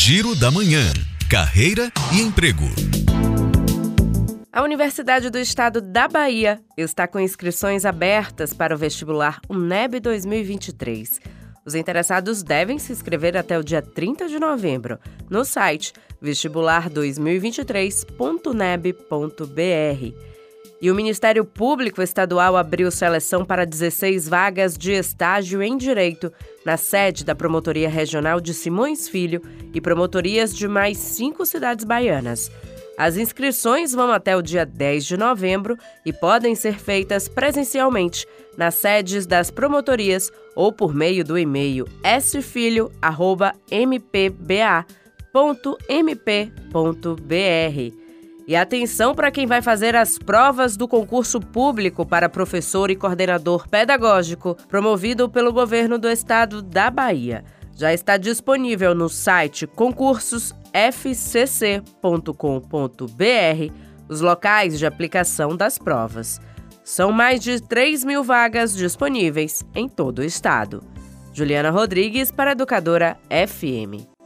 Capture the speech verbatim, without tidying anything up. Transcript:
Giro da Manhã. Carreira e emprego. A Universidade do Estado da Bahia está com inscrições abertas para o vestibular UNEB dois mil e vinte e três. Os interessados devem se inscrever até o dia trinta de novembro no site vestibular dois mil e vinte e três ponto uneb ponto br. E o Ministério Público Estadual abriu seleção para dezesseis vagas de estágio em Direito na sede da Promotoria Regional de Simões Filho e promotorias de mais cinco cidades baianas. As inscrições vão até o dia dez de novembro e podem ser feitas presencialmente nas sedes das promotorias ou por meio do e-mail s filho arroba m p b a ponto m p ponto b r. E atenção para quem vai fazer as provas do concurso público para professor e coordenador pedagógico, promovido pelo governo do estado da Bahia. Já está disponível no site concursos f c c ponto com ponto b r os locais de aplicação das provas. São mais de três mil vagas disponíveis em todo o estado. Juliana Rodrigues para Educadora F M.